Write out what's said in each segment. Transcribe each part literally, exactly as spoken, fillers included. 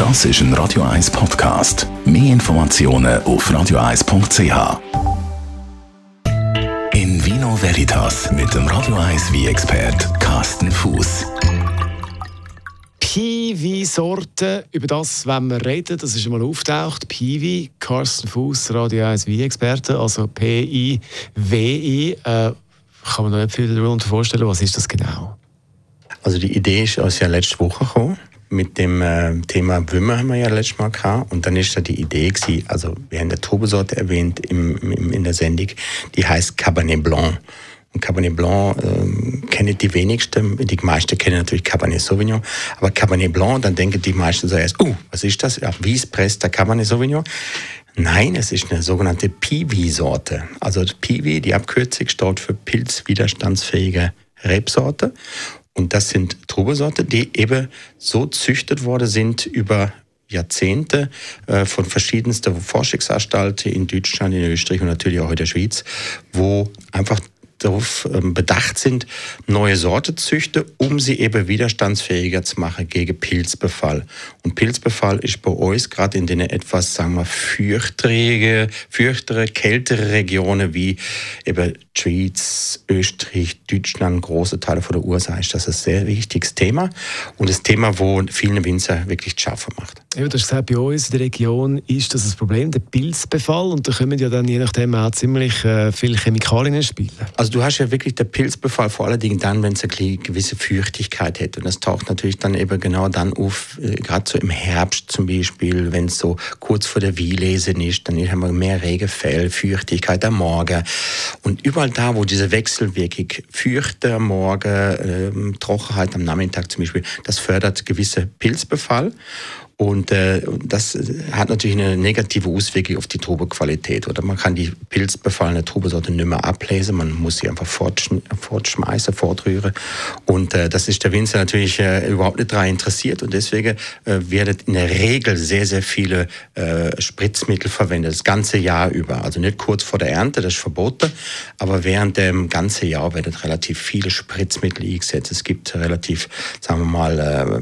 Das ist ein Radio eins Podcast. Mehr Informationen auf radio eins punkt c h. In Vino Veritas mit dem Radio eins Wein-Expert Carsten Fuß. Piwi-Sorten, über das wollen wir reden. Das ist einmal auftaucht. Piwi, Carsten Fuß, Radio eins Wein-Experte, also P I W I. Äh, kann man noch nicht viel darunter vorstellen, was ist das genau? Also die Idee ist uns ja letzte Woche gekommen. Mit dem äh, Thema Wümmer haben wir ja letztes Mal gehabt. Und dann ist da die Idee gewesen, also wir haben eine Trubesorte erwähnt im, im, in der Sendung, die heißt Cabernet Blanc. Und Cabernet Blanc äh, kennen die wenigsten, die meisten kennen natürlich Cabernet Sauvignon, aber Cabernet Blanc, dann denken die meisten so erst, uh, was ist das? Ja, Wiespresster Cabernet Sauvignon. Nein, es ist eine sogenannte Piwi-Sorte. Also Piwi, die Abkürzung, steht für pilzwiderstandsfähige Rebsorte. Und das sind Trubesorten, die eben so züchtet worden sind über Jahrzehnte äh, von verschiedensten Forschungsanstalten in Deutschland, in Österreich und natürlich auch in der Schweiz, wo einfach darauf ähm, bedacht sind, neue Sorten zu züchten, um sie eben widerstandsfähiger zu machen gegen Pilzbefall. Und Pilzbefall ist bei uns gerade in den etwas, sagen wir, feuchtere, feuchtere, kältere Regionen wie eben die Schweiz, Österreich, Deutschland, große Teile von der U S A ist das ein sehr wichtiges Thema und das Thema, wo vielen Winzer wirklich zu schaffen macht. Ja, du hast gesagt, bei uns in der Region ist das ein Problem, der Pilzbefall, und da kommen ja dann je nachdem auch ziemlich äh, viele Chemikalien ins Spiel. Also du hast ja wirklich den Pilzbefall vor allen Dingen dann, wenn es eine gewisse Feuchtigkeit hat, und das taucht natürlich dann eben genau dann auf, äh, gerade so im Herbst zum Beispiel, wenn es so kurz vor der Weinlese ist, dann haben wir mehr Regenfall, Feuchtigkeit am Morgen und überall da, wo diese Wechselwirkung Feuchte am Morgen, äh, Trockenheit am Nachmittag zum Beispiel, das fördert gewisse Pilzbefall. Und äh, das hat natürlich eine negative Auswirkung auf die Trubequalität. Oder man kann die pilzbefallene Trubesorte nicht mehr ablesen, man muss sie einfach fortschm- fortschmeißen, fortrühren. Und äh, das ist der Winzer natürlich äh, überhaupt nicht daran interessiert. Und deswegen äh, werden in der Regel sehr, sehr viele äh, Spritzmittel verwendet, das ganze Jahr über. Also nicht kurz vor der Ernte, das ist verboten, aber während dem ganzen Jahr werden relativ viele Spritzmittel eingesetzt. Es gibt relativ, sagen wir mal,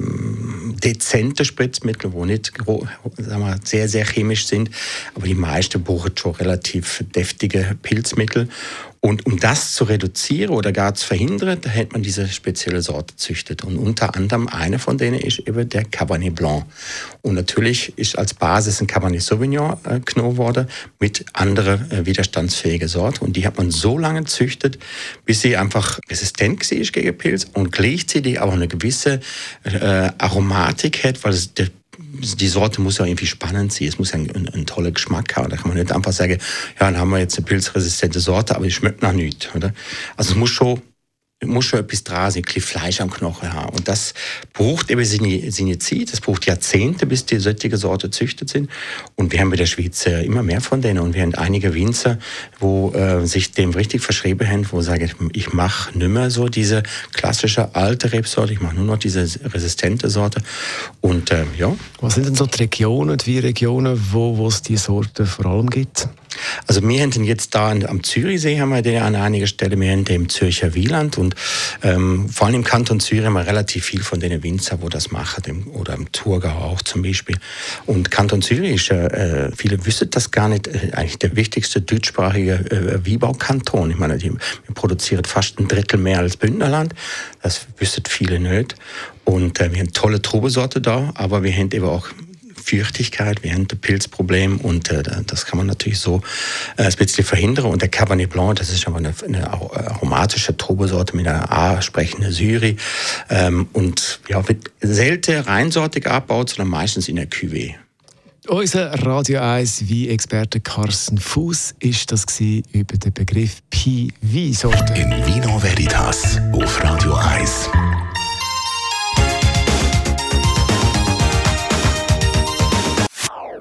äh, dezente Spritzmittel, wo nicht sagen wir, sehr, sehr chemisch sind, aber die meisten brauchen schon relativ deftige Pilzmittel. Und um das zu reduzieren oder gar zu verhindern, da hat man diese spezielle Sorte züchtet. Und unter anderem eine von denen ist eben der Cabernet Blanc. Und natürlich ist als Basis ein Cabernet Sauvignon äh, genommen worden mit anderen äh, widerstandsfähigen Sorten. Und die hat man so lange züchtet, bis sie einfach resistent war gegen Pilz und gleichzeitig auch eine gewisse äh, Aromatik hat, weil es der die Sorte muss ja irgendwie spannend sein, es muss ja einen, einen, einen tollen Geschmack haben. Da kann man nicht einfach sagen, ja, dann haben wir jetzt eine pilzresistente Sorte, aber die schmeckt nach nichts. Oder? Also es muss schon, muss schon etwas dran sein, ein bisschen Fleisch am Knochen haben. Und das braucht eben seine, seine Zeit, das braucht Jahrzehnte, bis die solche Sorte gezüchtet sind. Und wir haben in der Schweiz immer mehr von denen. Und wir haben einige Winzer, wo äh, sich dem richtig verschrieben haben, wo sagen, ich mache nicht mehr so diese klassische alte Rebsorte, ich mache nur noch diese resistente Sorte. Und äh, ja. Was sind denn so die Regionen, die Regionen, wo es diese Sorte vor allem gibt? Also wir haben jetzt da am Zürichsee haben wir den an einigen Stellen, wir haben den im Zürcher Wieland und ähm, vor allem im Kanton Zürich haben wir relativ viel von den Winzer, die das machen, dem, oder im Thurgau auch zum Beispiel. Und Kanton Zürich ist, äh, viele wissen das gar nicht, äh, eigentlich der wichtigste deutschsprachige äh, Weinbaukanton. Ich meine, die, wir produzieren fast ein Drittel mehr als Bündnerland, das wissen viele nicht. Und äh, wir haben tolle Trubesorte da, aber wir haben eben auch Feuchtigkeit, wir haben ein Pilzproblem und äh, das kann man natürlich so äh, ein bisschen verhindern. Und der Cabernet Blanc, das ist aber eine, eine aromatische Trubesorte mit einer A-sprechenden Syri ähm, und ja, wird selten reinsortig abgebaut, sondern meistens in der Cuvée. Unser Radio eins Wein-Experte Carsten Fuß ist das über den Begriff Piwi-Sorte. In Vino Veritas auf Radio eins.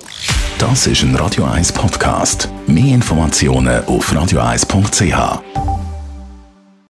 Das ist ein Radio eins Podcast. Mehr Informationen auf radio eins punkt c h.